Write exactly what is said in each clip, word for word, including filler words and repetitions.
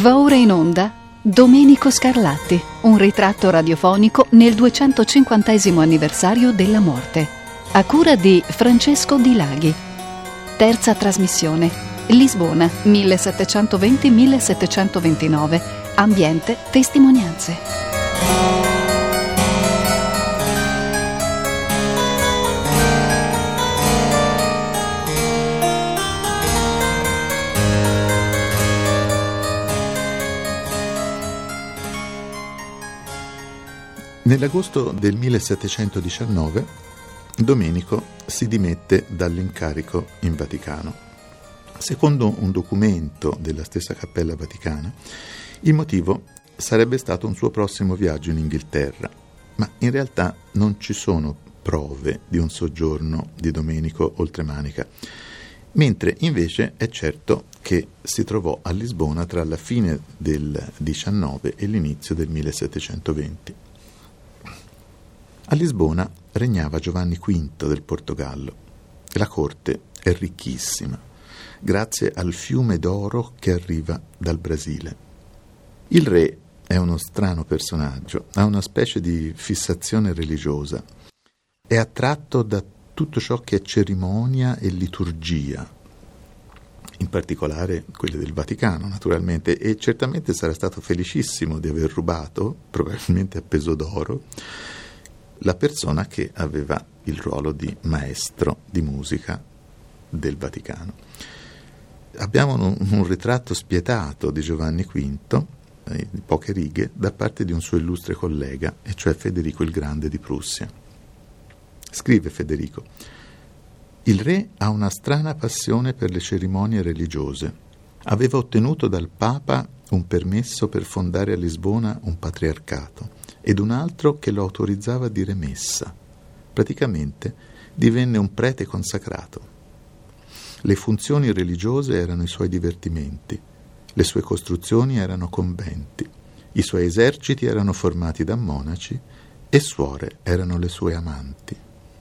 Va ora in onda Domenico Scarlatti, un ritratto radiofonico nel duecentocinquantesimo anniversario della morte, a cura di Francesco Di Laghi. Terza trasmissione, Lisbona, millesettecentoventi millesettecentoventinove, ambiente testimonianze. Nell'agosto del millesettecentodiciannove Domenico si dimette dall'incarico in Vaticano. Secondo un documento della stessa Cappella Vaticana, il motivo sarebbe stato un suo prossimo viaggio in Inghilterra, ma in realtà non ci sono prove di un soggiorno di Domenico oltremanica, mentre invece è certo che si trovò a Lisbona tra la fine del diciannove e l'inizio del millesettecentoventi. A Lisbona regnava Giovanni quinto del Portogallo e la corte è ricchissima, grazie al fiume d'oro che arriva dal Brasile. Il re è uno strano personaggio, ha una specie di fissazione religiosa, è attratto da tutto ciò che è cerimonia e liturgia, in particolare quelle del Vaticano naturalmente, e certamente sarà stato felicissimo di aver rubato, probabilmente a peso d'oro, la persona che aveva il ruolo di maestro di musica del Vaticano. Abbiamo un, un ritratto spietato di Giovanni quinto, eh, di poche righe, da parte di un suo illustre collega, e cioè Federico il Grande di Prussia. Scrive Federico: il re ha una strana passione per le cerimonie religiose. Aveva ottenuto dal Papa un permesso per fondare a Lisbona un patriarcato ed un altro che lo autorizzava a dire messa. Praticamente divenne un prete consacrato. Le funzioni religiose erano i suoi divertimenti, le sue costruzioni erano conventi, i suoi eserciti erano formati da monaci e suore erano le sue amanti.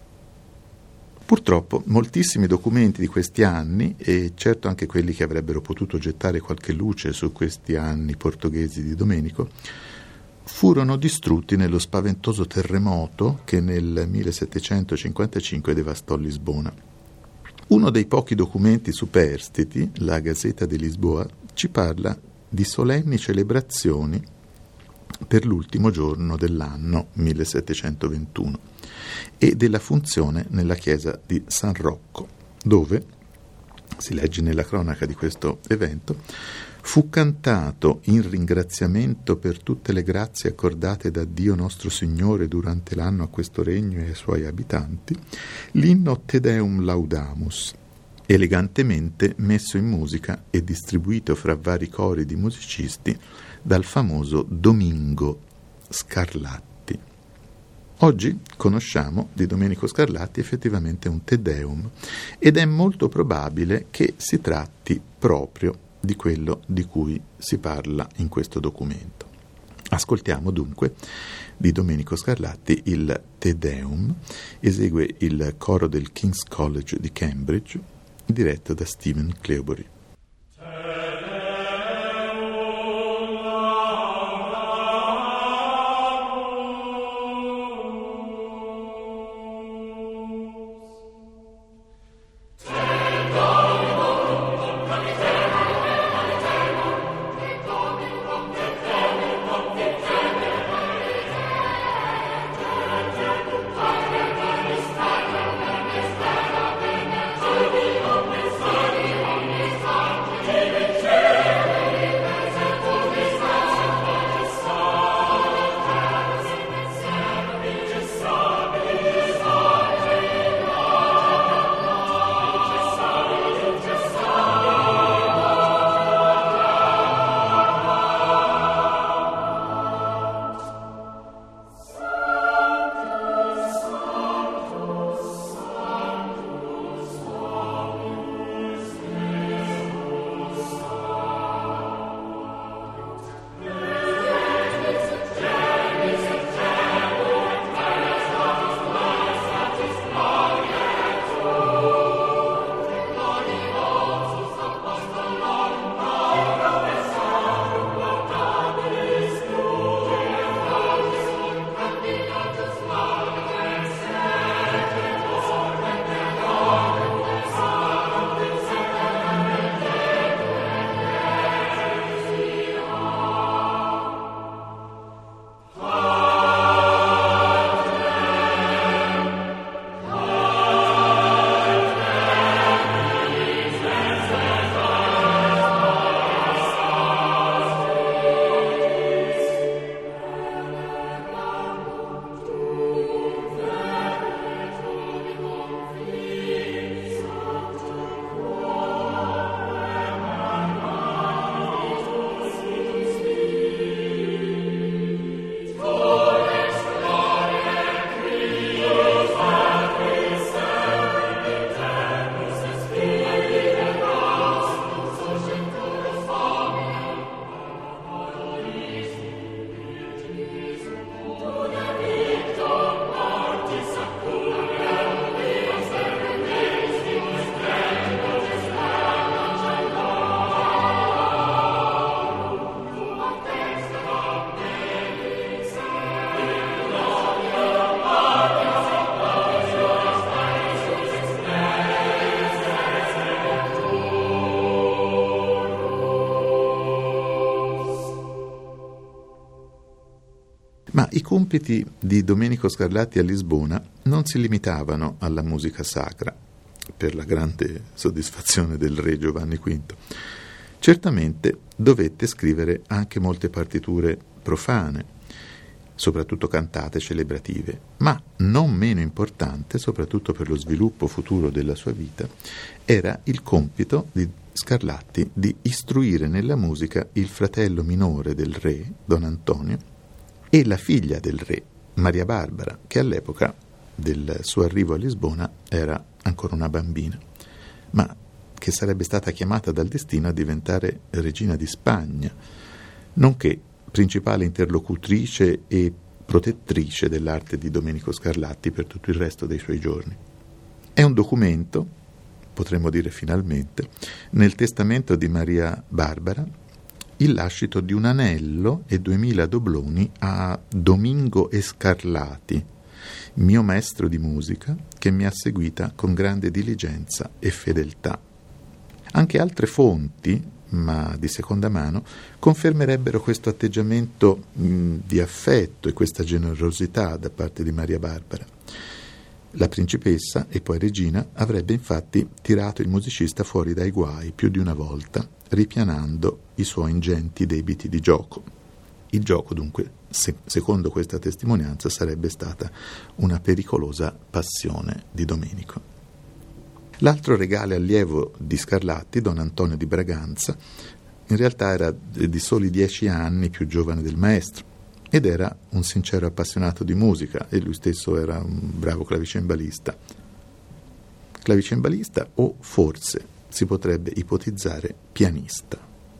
Purtroppo moltissimi documenti di questi anni, e certo anche quelli che avrebbero potuto gettare qualche luce su questi anni portoghesi di Domenico, furono distrutti nello spaventoso terremoto che nel millesettecentocinquantacinque devastò Lisbona. Uno dei pochi documenti superstiti, la Gazzetta di Lisboa, ci parla di solenni celebrazioni per l'ultimo giorno dell'anno millesettecentoventuno e della funzione nella chiesa di San Rocco, dove, si legge nella cronaca di questo evento, fu cantato in ringraziamento per tutte le grazie accordate da Dio nostro Signore durante l'anno a questo regno e ai suoi abitanti, l'inno Te Deum Laudamus, elegantemente messo in musica e distribuito fra vari cori di musicisti dal famoso Domingo Scarlatti. Oggi conosciamo di Domenico Scarlatti effettivamente un Te Deum, ed è molto probabile che si tratti proprio di quello di cui si parla in questo documento. Ascoltiamo dunque di Domenico Scarlatti il Te Deum, esegue il coro del King's College di Cambridge, diretto da Stephen Cleobury. Omnes i compiti di Domenico Scarlatti a Lisbona non si limitavano alla musica sacra, per la grande soddisfazione del re Giovanni quinto. Certamente dovette scrivere anche molte partiture profane, soprattutto cantate celebrative, ma non meno importante, soprattutto per lo sviluppo futuro della sua vita, era il compito di Scarlatti di istruire nella musica il fratello minore del re, Don Antonio, e la figlia del re, Maria Barbara, che all'epoca del suo arrivo a Lisbona era ancora una bambina, ma che sarebbe stata chiamata dal destino a diventare regina di Spagna, nonché principale interlocutrice e protettrice dell'arte di Domenico Scarlatti per tutto il resto dei suoi giorni. È un documento, potremmo dire finalmente, nel testamento di Maria Barbara, il lascito di un anello e duemila dobloni a Domingo Scarlatti, mio maestro di musica, che mi ha seguita con grande diligenza e fedeltà. Anche altre fonti, ma di seconda mano, confermerebbero questo atteggiamento mh, di affetto e questa generosità da parte di Maria Barbara. La principessa e poi regina avrebbe infatti tirato il musicista fuori dai guai più di una volta, ripianando i suoi ingenti debiti di gioco. Il gioco, dunque, se, secondo questa testimonianza, sarebbe stata una pericolosa passione di Domenico. L'altro regale allievo di Scarlatti, Don Antonio di Braganza, in realtà era di soli dieci anni più giovane del maestro ed era un sincero appassionato di musica e lui stesso era un bravo clavicembalista. Clavicembalista o forse si potrebbe ipotizzare pianista.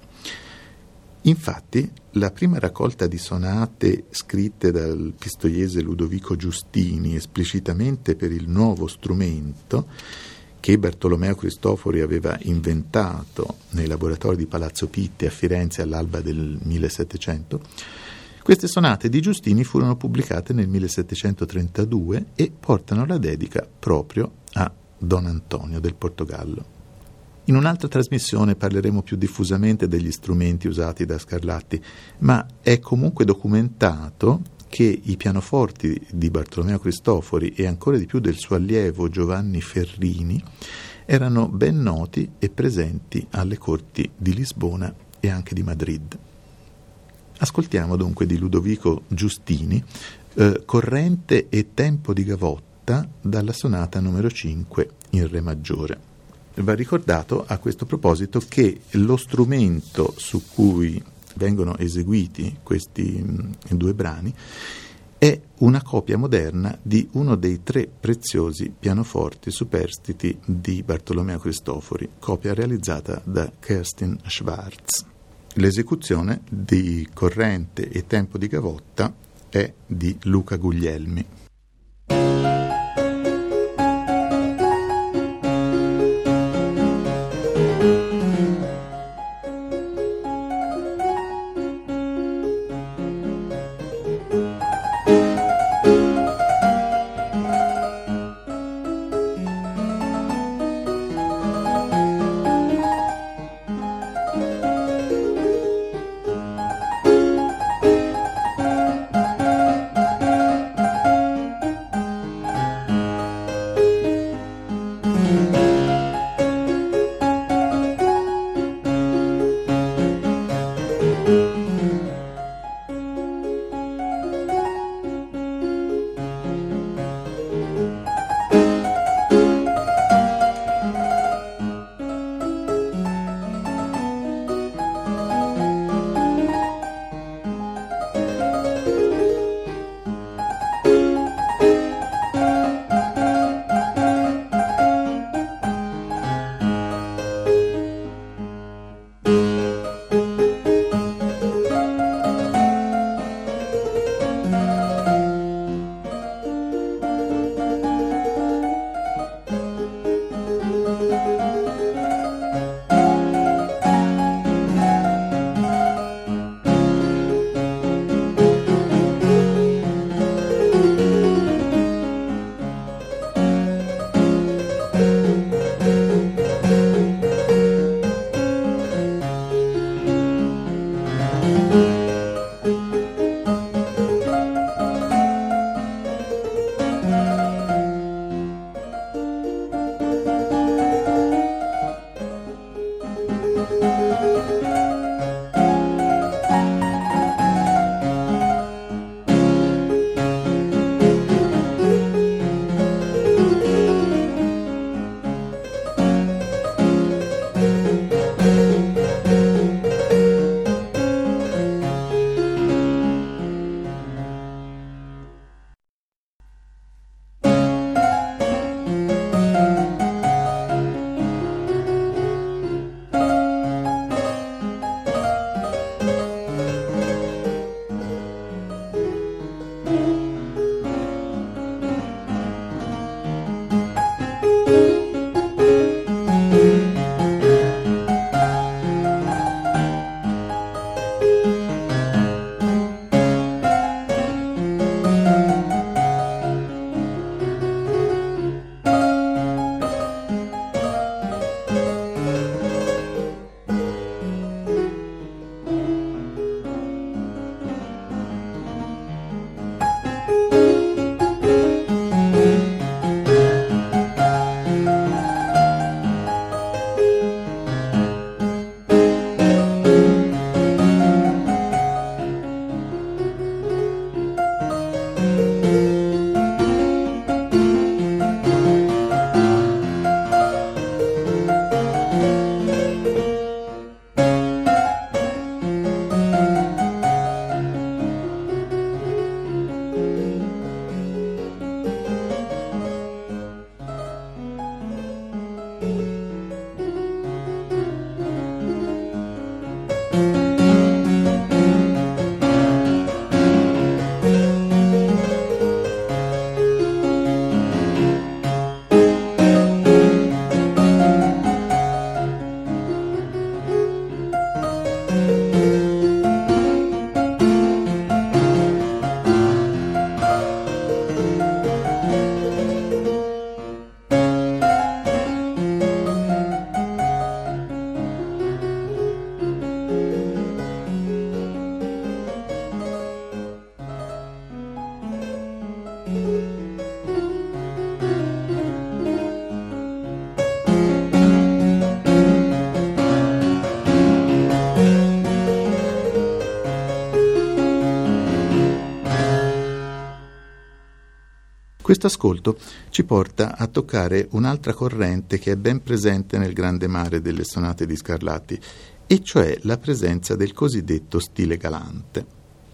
Infatti, la prima raccolta di sonate scritte dal pistoiese Ludovico Giustini esplicitamente per il nuovo strumento che Bartolomeo Cristofori aveva inventato nei laboratori di Palazzo Pitti a Firenze all'alba del millesettecento, queste sonate di Giustini furono pubblicate nel millesettecentotrentadue e portano la dedica proprio a Don Antonio del Portogallo. In un'altra trasmissione parleremo più diffusamente degli strumenti usati da Scarlatti, ma è comunque documentato che i pianoforti di Bartolomeo Cristofori e ancora di più del suo allievo Giovanni Ferrini erano ben noti e presenti alle corti di Lisbona e anche di Madrid. Ascoltiamo dunque di Ludovico Giustini eh, Corrente e tempo di gavotta dalla sonata numero cinque in re maggiore. Va ricordato a questo proposito che lo strumento su cui vengono eseguiti questi mh, due brani è una copia moderna di uno dei tre preziosi pianoforti superstiti di Bartolomeo Cristofori, copia realizzata da Kerstin Schwarz. L'esecuzione di Corrente e tempo di gavotta è di Luca Guglielmi. Questo ascolto ci porta a toccare un'altra corrente che è ben presente nel grande mare delle sonate di Scarlatti, e cioè la presenza del cosiddetto stile galante.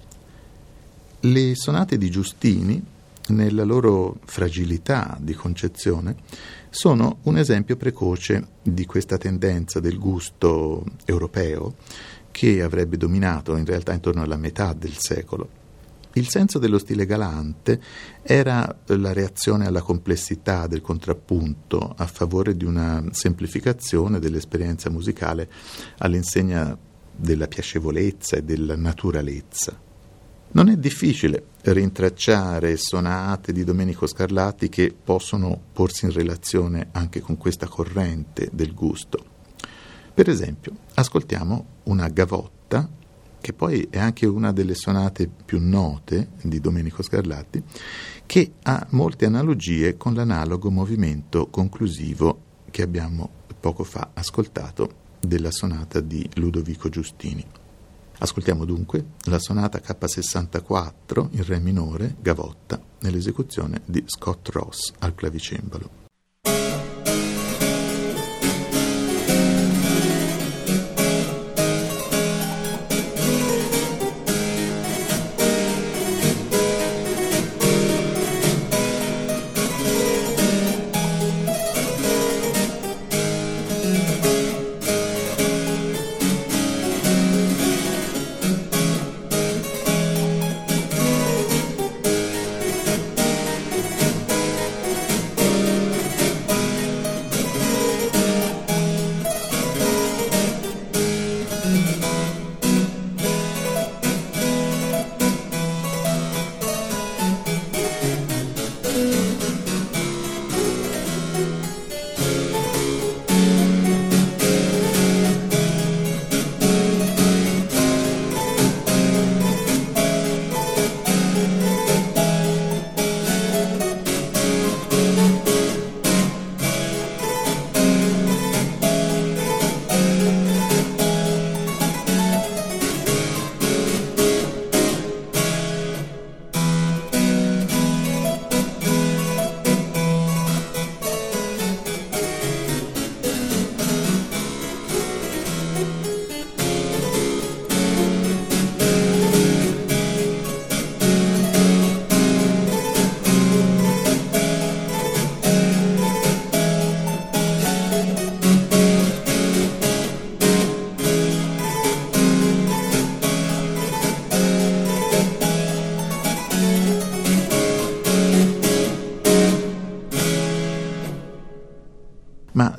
Le sonate di Giustini, nella loro fragilità di concezione, sono un esempio precoce di questa tendenza del gusto europeo che avrebbe dominato in realtà intorno alla metà del secolo. Il senso dello stile galante era la reazione alla complessità del contrappunto a favore di una semplificazione dell'esperienza musicale all'insegna della piacevolezza e della naturalezza. Non è difficile rintracciare sonate di Domenico Scarlatti che possono porsi in relazione anche con questa corrente del gusto. Per esempio, ascoltiamo una gavotta, che poi è anche una delle sonate più note di Domenico Scarlatti, che ha molte analogie con l'analogo movimento conclusivo che abbiamo poco fa ascoltato della sonata di Ludovico Giustini. Ascoltiamo dunque la sonata K sessantaquattro in Re minore, gavotta, nell'esecuzione di Scott Ross al clavicembalo.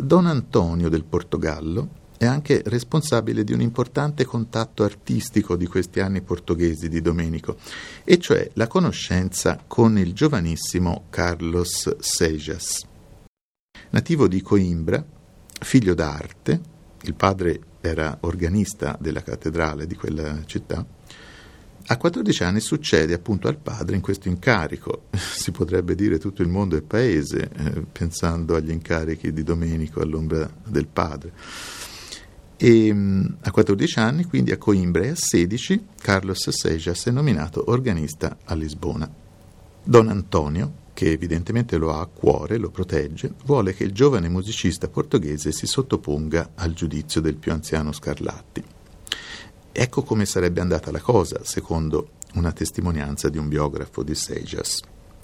Don Antonio del Portogallo è anche responsabile di un importante contatto artistico di questi anni portoghesi di Domenico, e cioè la conoscenza con il giovanissimo Carlos Seijas. Nativo di Coimbra, figlio d'arte, il padre era organista della cattedrale di quella città, a quattordici anni succede appunto al padre in questo incarico. Si potrebbe dire tutto il mondo è paese, eh, pensando agli incarichi di Domenico all'ombra del padre. E mh, a quattordici anni, quindi a Coimbra, e a sedici, Carlos Seijas è nominato organista a Lisbona. Don Antonio, che evidentemente lo ha a cuore, lo protegge, vuole che il giovane musicista portoghese si sottoponga al giudizio del più anziano Scarlatti. Ecco come sarebbe andata la cosa, secondo una testimonianza di un biografo di Seijas.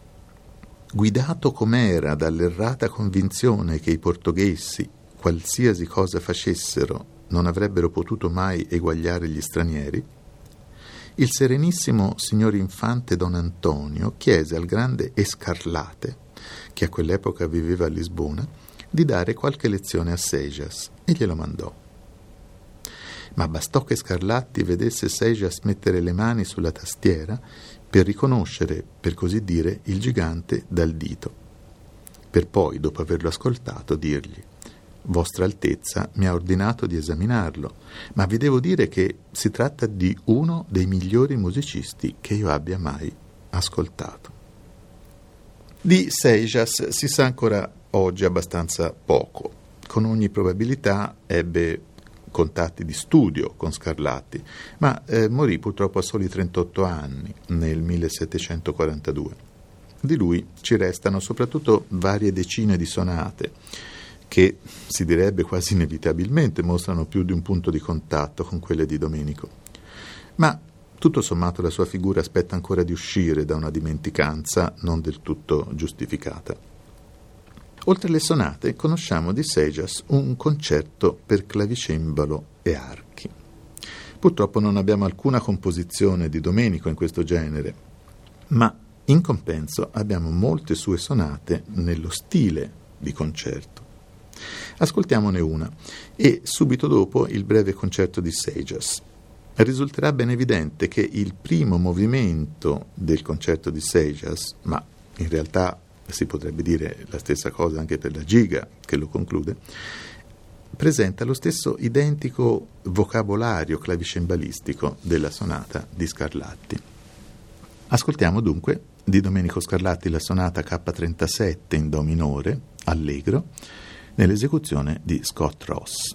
Guidato com'era dall'errata convinzione che i portoghesi, qualsiasi cosa facessero, non avrebbero potuto mai eguagliare gli stranieri, il serenissimo signor infante Don Antonio chiese al grande Escarlate, che a quell'epoca viveva a Lisbona, di dare qualche lezione a Seijas, e glielo mandò. Ma bastò che Scarlatti vedesse Seijas mettere le mani sulla tastiera per riconoscere, per così dire, il gigante dal dito, per poi, dopo averlo ascoltato, dirgli: Vostra Altezza mi ha ordinato di esaminarlo, ma vi devo dire che si tratta di uno dei migliori musicisti che io abbia mai ascoltato. Di Seijas si sa ancora oggi abbastanza poco. Con ogni probabilità ebbe contatti di studio con Scarlatti, ma eh, morì purtroppo a soli trentotto anni, nel millesettecentoquarantadue. Di lui ci restano soprattutto varie decine di sonate, che si direbbe quasi inevitabilmente mostrano più di un punto di contatto con quelle di Domenico. Ma tutto sommato la sua figura aspetta ancora di uscire da una dimenticanza non del tutto giustificata. Oltre alle sonate, conosciamo di Seijas un concerto per clavicembalo e archi. Purtroppo non abbiamo alcuna composizione di Domenico in questo genere, ma in compenso abbiamo molte sue sonate nello stile di concerto. Ascoltiamone una e subito dopo il breve concerto di Seijas. Risulterà ben evidente che il primo movimento del concerto di Seijas, ma in realtà si potrebbe dire la stessa cosa anche per la giga che lo conclude, presenta lo stesso identico vocabolario clavicembalistico della sonata di Scarlatti. Ascoltiamo dunque di Domenico Scarlatti la sonata K trentasette in Do minore, allegro, nell'esecuzione di Scott Ross.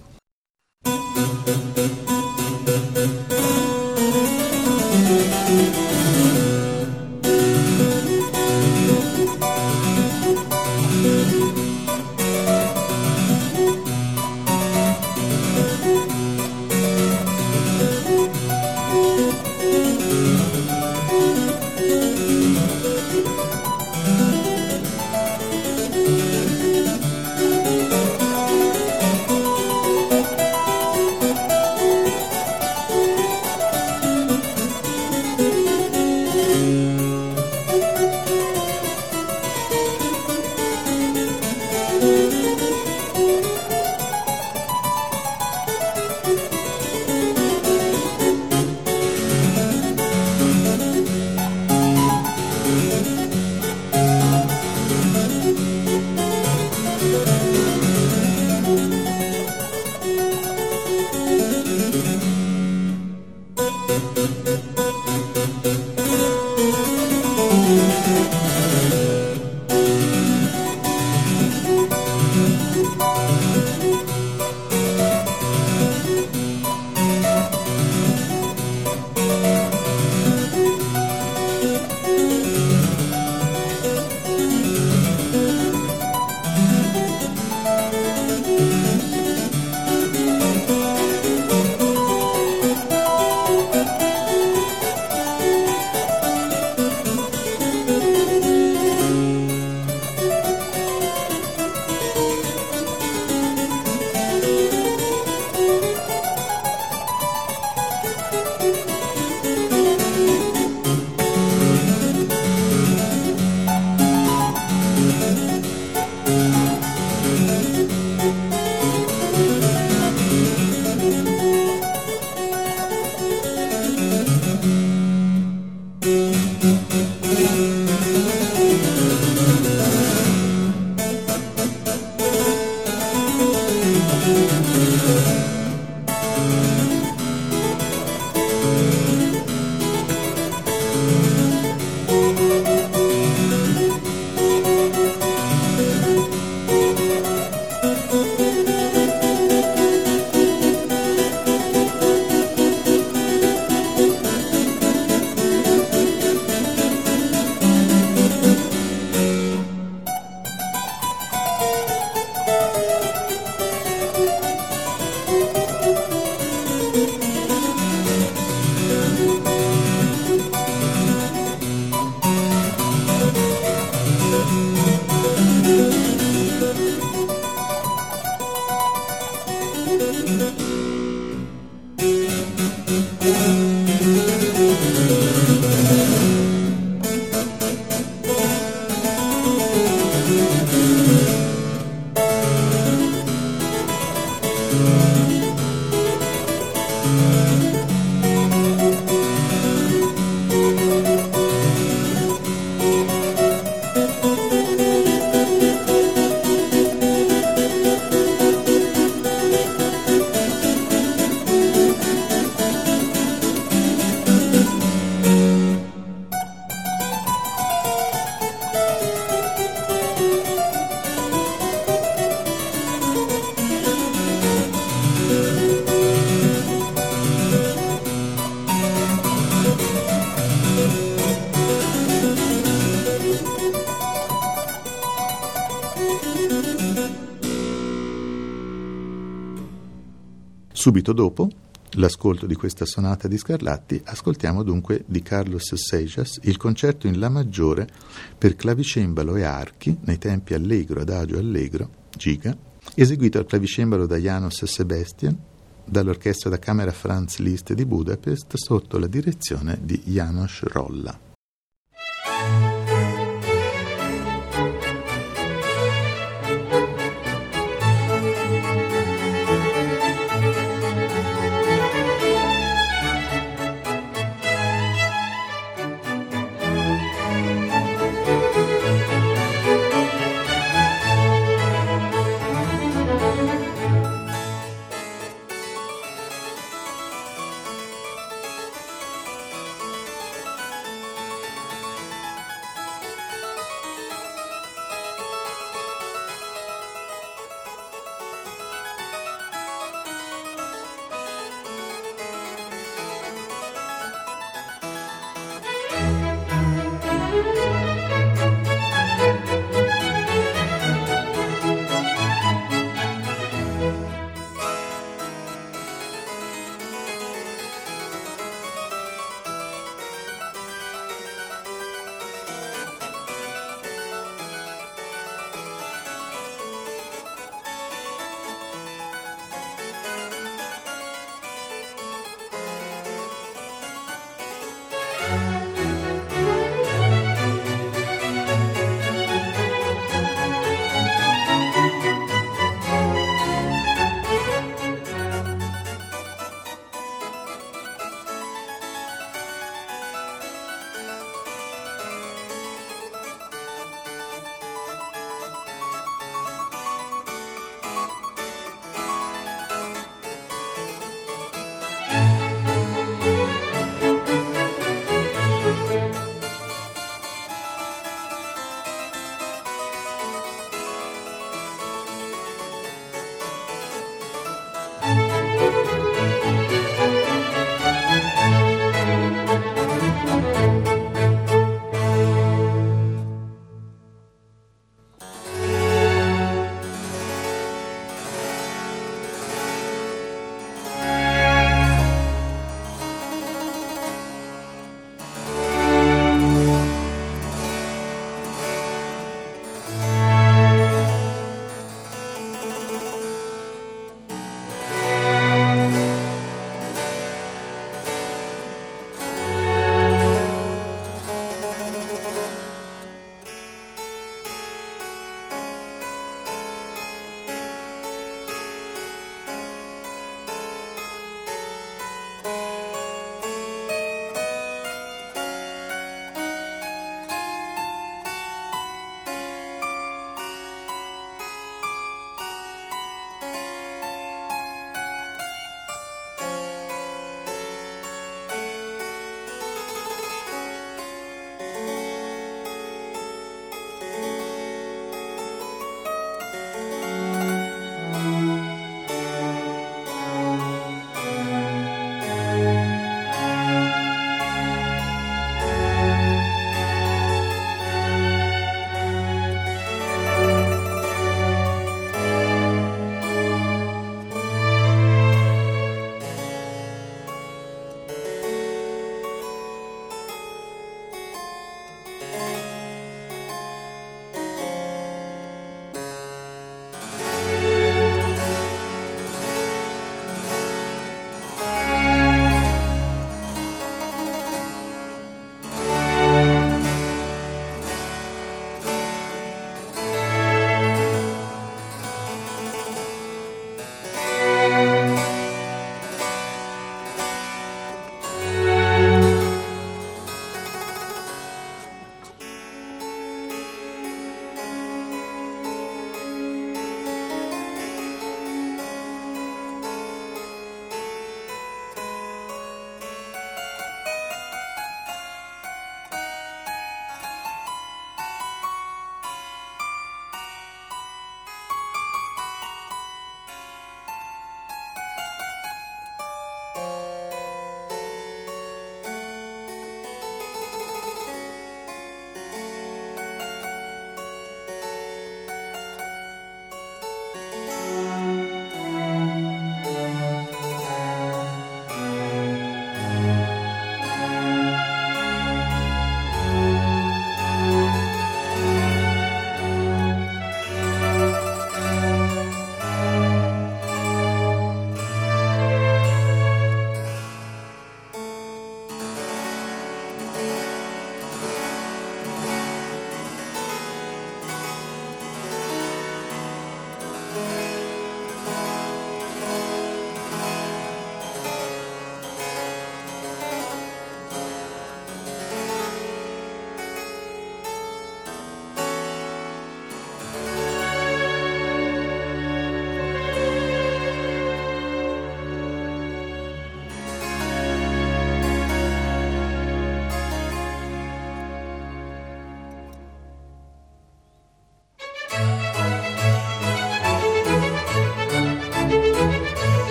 Subito dopo l'ascolto di questa sonata di Scarlatti, ascoltiamo dunque di Carlos Seijas il concerto in La maggiore per clavicembalo e archi nei tempi allegro, adagio, allegro, giga, eseguito al clavicembalo da János Sebestyén, dall'orchestra da camera Franz Liszt di Budapest sotto la direzione di János Rolla.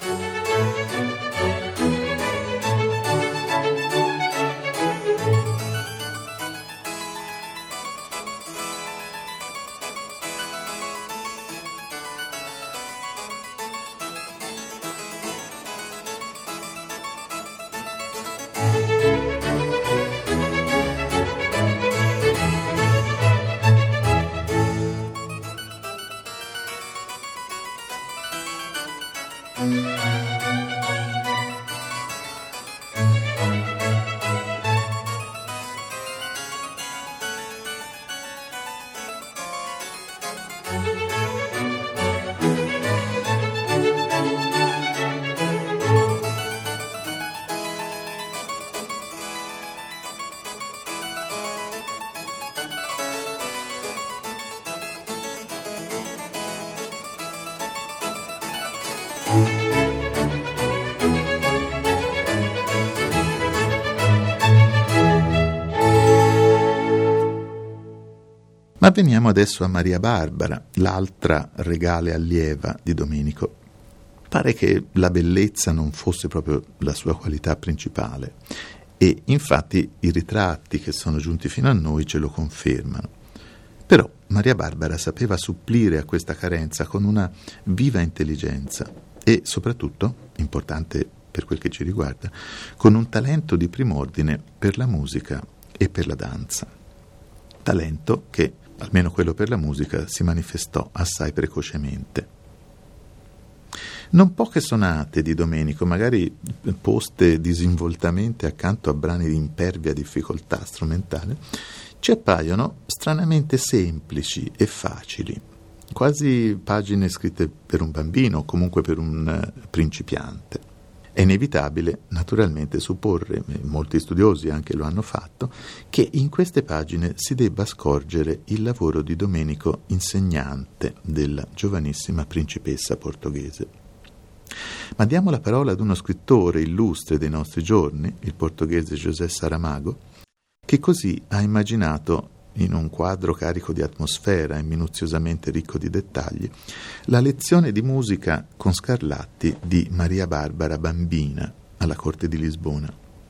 Ma veniamo adesso a Maria Barbara, l'altra regale allieva di Domenico. Pare che la bellezza non fosse proprio la sua qualità principale e infatti i ritratti che sono giunti fino a noi ce lo confermano. Però Maria Barbara sapeva supplire a questa carenza con una viva intelligenza e soprattutto, importante per quel che ci riguarda, con un talento di prim'ordine per la musica e per la danza. Talento che, almeno quello per la musica, si manifestò assai precocemente. Non poche sonate di Domenico, magari poste disinvoltamente accanto a brani di impervia difficoltà strumentale, ci appaiono stranamente semplici e facili, quasi pagine scritte per un bambino o comunque per un principiante. È inevitabile, naturalmente, supporre, molti studiosi anche lo hanno fatto, che in queste pagine si debba scorgere il lavoro di Domenico insegnante della giovanissima principessa portoghese. Ma diamo la parola ad uno scrittore illustre dei nostri giorni, il portoghese José Saramago, che così ha immaginato, in un quadro carico di atmosfera e minuziosamente ricco di dettagli, la lezione di musica con Scarlatti di Maria Barbara bambina alla corte di Lisbona.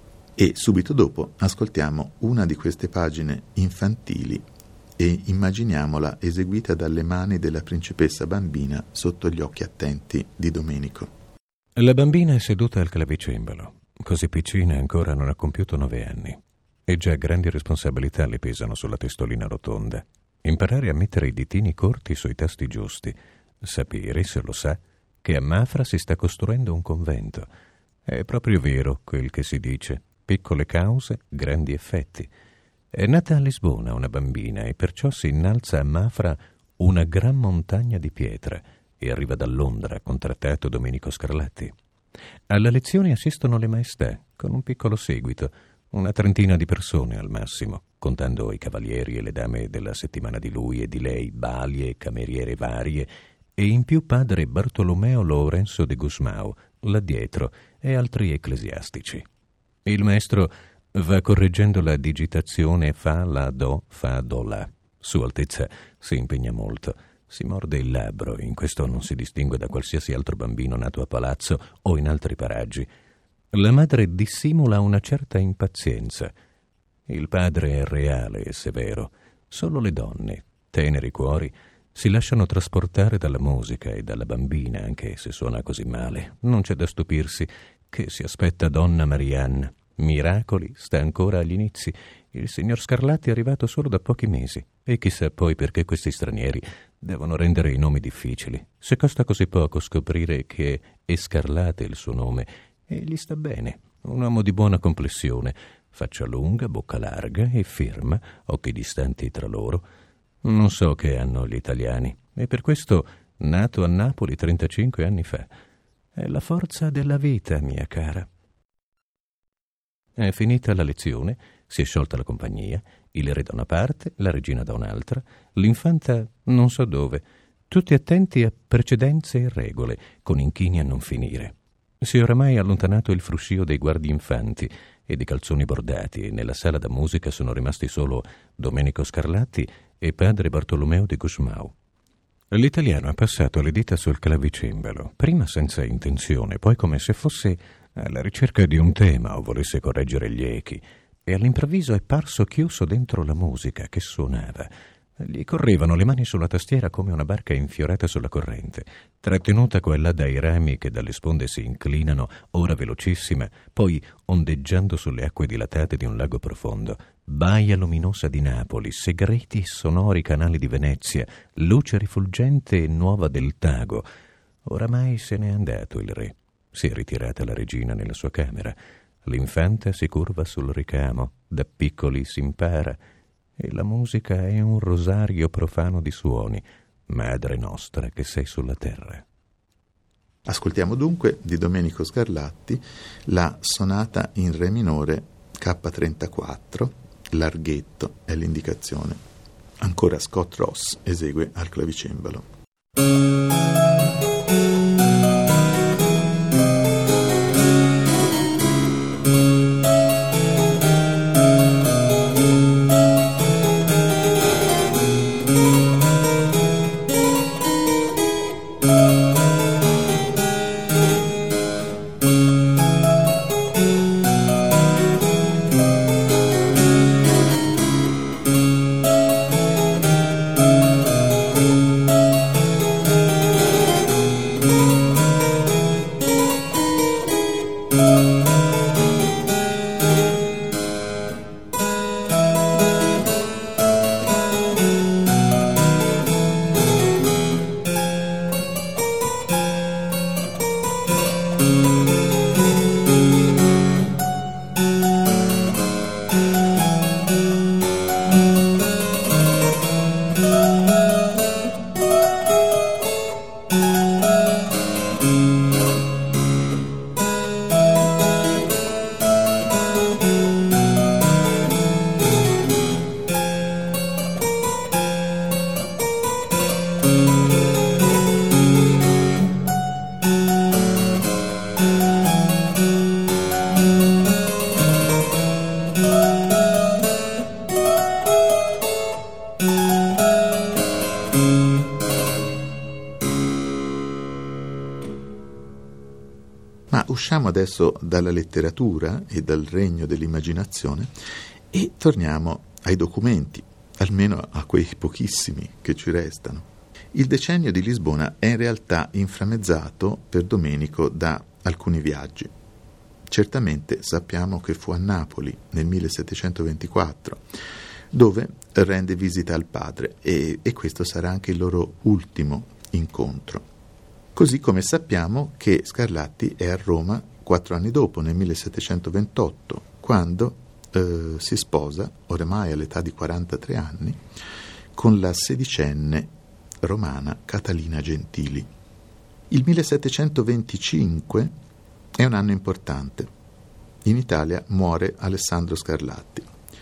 E subito dopo ascoltiamo una di queste pagine infantili e immaginiamola eseguita dalle mani della principessa bambina sotto gli occhi attenti di Domenico. La bambina è seduta al clavicembalo, così piccina ancora non ha compiuto nove anni. E già grandi responsabilità le pesano sulla testolina rotonda. Imparare a mettere i ditini corti sui tasti giusti. Sapere, se lo sa, che a Mafra si sta costruendo un convento. È proprio vero quel che si dice. Piccole cause, grandi effetti. È nata a Lisbona una bambina e perciò si innalza a Mafra una gran montagna di pietra e arriva da Londra con trattato Domenico Scarlatti. Alla lezione assistono le maestà, con un piccolo seguito, una trentina di persone al massimo, contando i cavalieri e le dame della settimana di lui e di lei, balie, cameriere varie, e in più padre Bartolomeo Lourenço de Gusmão, là dietro, e altri ecclesiastici. Il maestro va correggendo la digitazione fa, la, do, fa, do, la. Sua Altezza si impegna molto, si morde il labbro, in questo non si distingue da qualsiasi altro bambino nato a palazzo o in altri paraggi. La madre dissimula una certa impazienza. Il padre è reale e severo. Solo le donne, teneri cuori, si lasciano trasportare dalla musica e dalla bambina, anche se suona così male. Non c'è da stupirsi che si aspetta donna Marianne. Miracoli, sta ancora agli inizi. Il signor Scarlatti è arrivato solo da pochi mesi. E chissà poi perché questi stranieri devono rendere i nomi difficili. Se costa così poco scoprire che è Scarlatti il suo nome, e gli sta bene, un uomo di buona complessione, faccia lunga, bocca larga e firma, occhi distanti tra loro. Non so che hanno gli italiani, e per questo nato a Napoli trentacinque anni fa. È la forza della vita, mia cara. È finita la lezione, si è sciolta la compagnia, il re da una parte, la regina da un'altra, l'infanta non so dove, tutti attenti a precedenze e regole, con inchini a non finire. Si è oramai allontanato il fruscio dei guardi infanti e dei calzoni bordati e nella sala da musica sono rimasti solo Domenico Scarlatti e padre Bartolomeo de Gusmão. L'italiano ha passato le dita sul clavicembalo, prima senza intenzione, poi come se fosse alla ricerca di un tema o volesse correggere gli echi, e all'improvviso è parso chiuso dentro la musica che suonava. Gli correvano le mani sulla tastiera come una barca infiorata sulla corrente, trattenuta qua e là dai rami che dalle sponde si inclinano, ora velocissima, poi ondeggiando sulle acque dilatate di un lago profondo. Baia luminosa di Napoli, segreti e sonori canali di Venezia, luce rifulgente e nuova del Tago. Oramai se n'è andato il re. Si è ritirata la regina nella sua camera. L'infanta si curva sul ricamo, da piccoli si impara, e la musica è un rosario profano di suoni. Madre nostra che sei sulla terra. Ascoltiamo dunque di Domenico Scarlatti la sonata in re minore K trentaquattro, larghetto è l'indicazione. Ancora Scott Ross esegue al clavicembalo. Ma usciamo adesso dalla letteratura e dal regno dell'immaginazione e torniamo ai documenti, almeno a quei pochissimi che ci restano. Il decennio di Lisbona è in realtà inframmezzato per Domenico da alcuni viaggi. Certamente sappiamo che fu a Napoli nel millesettecentoventiquattro, dove rende visita al padre e, e questo sarà anche il loro ultimo incontro. Così come sappiamo che Scarlatti è a Roma quattro anni dopo, nel millesettecentoventotto, quando eh, si sposa, oramai all'età di quarantatré anni, con la sedicenne romana Catalina Gentili. Il millesettecentoventicinque è un anno importante. In Italia muore Alessandro Scarlatti.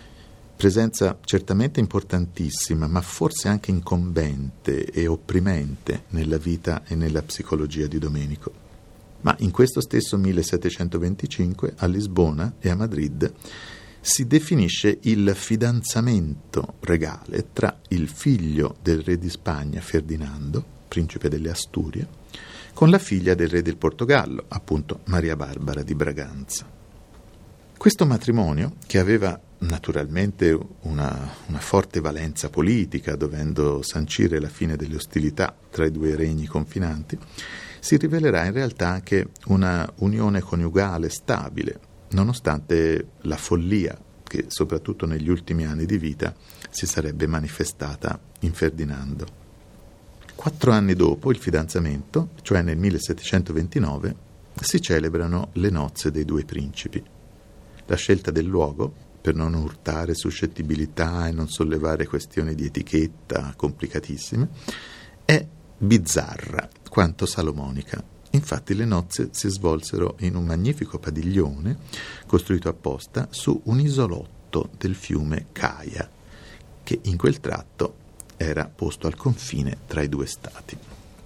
Presenza certamente importantissima, ma forse anche incombente e opprimente nella vita e nella psicologia di Domenico. Ma in questo stesso millesettecentoventicinque, a Lisbona e a Madrid, si definisce il fidanzamento regale tra il figlio del re di Spagna, Ferdinando, principe delle Asturie, con la figlia del re del Portogallo, appunto Maria Barbara di Braganza. Questo matrimonio, che aveva naturalmente una, una forte valenza politica, dovendo sancire la fine delle ostilità tra i due regni confinanti, si rivelerà in realtà anche una unione coniugale stabile, nonostante la follia che soprattutto negli ultimi anni di vita si sarebbe manifestata in Ferdinando. Quattro anni dopo il fidanzamento, cioè nel millesettecentoventinove, si celebrano le nozze dei due principi. La scelta del luogo, per non urtare suscettibilità e non sollevare questioni di etichetta complicatissime, è bizzarra quanto salomonica. Infatti le nozze si svolsero in un magnifico padiglione costruito apposta su un isolotto del fiume Caia, che in quel tratto era posto al confine tra i due stati.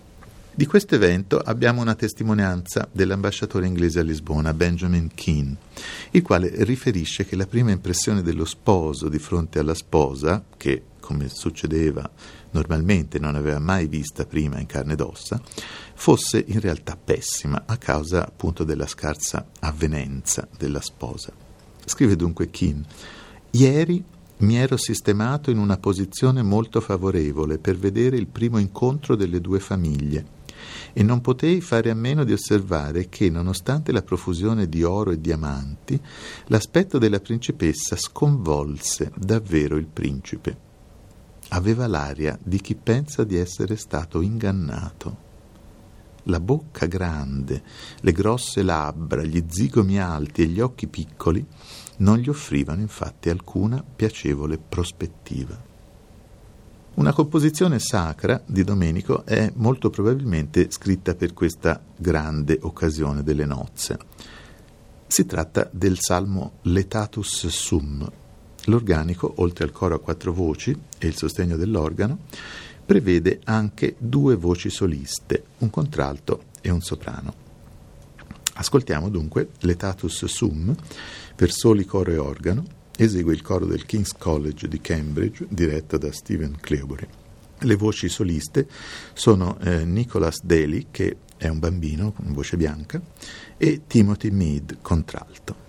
Di questo evento abbiamo una testimonianza dell'ambasciatore inglese a Lisbona, Benjamin Keane, il quale riferisce che la prima impressione dello sposo di fronte alla sposa, che, come succedeva normalmente non aveva mai vista prima in carne ed ossa, fosse in realtà pessima a causa appunto della scarsa avvenenza della sposa. Scrive dunque Keane: ieri mi ero sistemato in una posizione molto favorevole per vedere il primo incontro delle due famiglie e non potei fare a meno di osservare che, nonostante la profusione di oro e diamanti, l'aspetto della principessa sconvolse davvero il principe. Aveva l'aria di chi pensa di essere stato ingannato. La bocca grande, le grosse labbra, gli zigomi alti e gli occhi piccoli non gli offrivano infatti alcuna piacevole prospettiva. Una composizione sacra di Domenico è molto probabilmente scritta per questa grande occasione delle nozze. Si tratta del salmo Letatus Sum. L'organico, oltre al coro a quattro voci e il sostegno dell'organo, prevede anche due voci soliste, un contralto e un soprano. Ascoltiamo dunque Letatus Sum per soli, coro e organo. Esegue il coro del King's College di Cambridge, diretto da Stephen Cleobury. Le voci soliste sono eh, Nicholas Daly, che è un bambino con voce bianca, e Timothy Mead, contralto.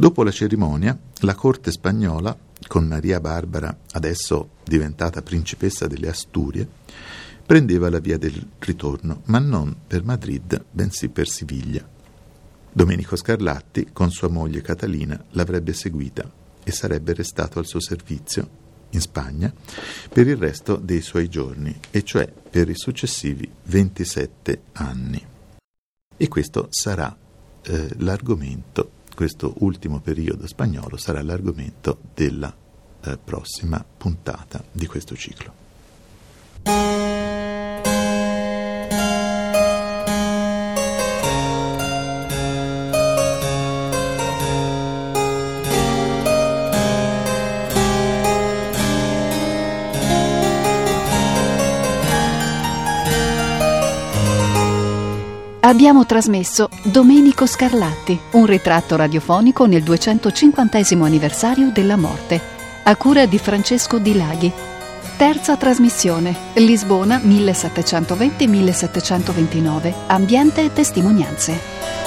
Dopo la cerimonia, la corte spagnola, con Maria Barbara, adesso diventata principessa delle Asturie, prendeva la via del ritorno, ma non per Madrid, bensì per Siviglia. Domenico Scarlatti, con sua moglie Catalina, l'avrebbe seguita e sarebbe restato al suo servizio in Spagna per il resto dei suoi giorni, e cioè per i successivi ventisette anni. E questo sarà eh, l'argomento, questo ultimo periodo spagnolo sarà l'argomento della eh, prossima puntata di questo ciclo. Abbiamo trasmesso Domenico Scarlatti, un ritratto radiofonico nel duecentocinquantesimo anniversario della morte, a cura di Francesco Di Laghi. Terza trasmissione, Lisbona millesettecentoventi millesettecentoventinove, ambiente e testimonianze.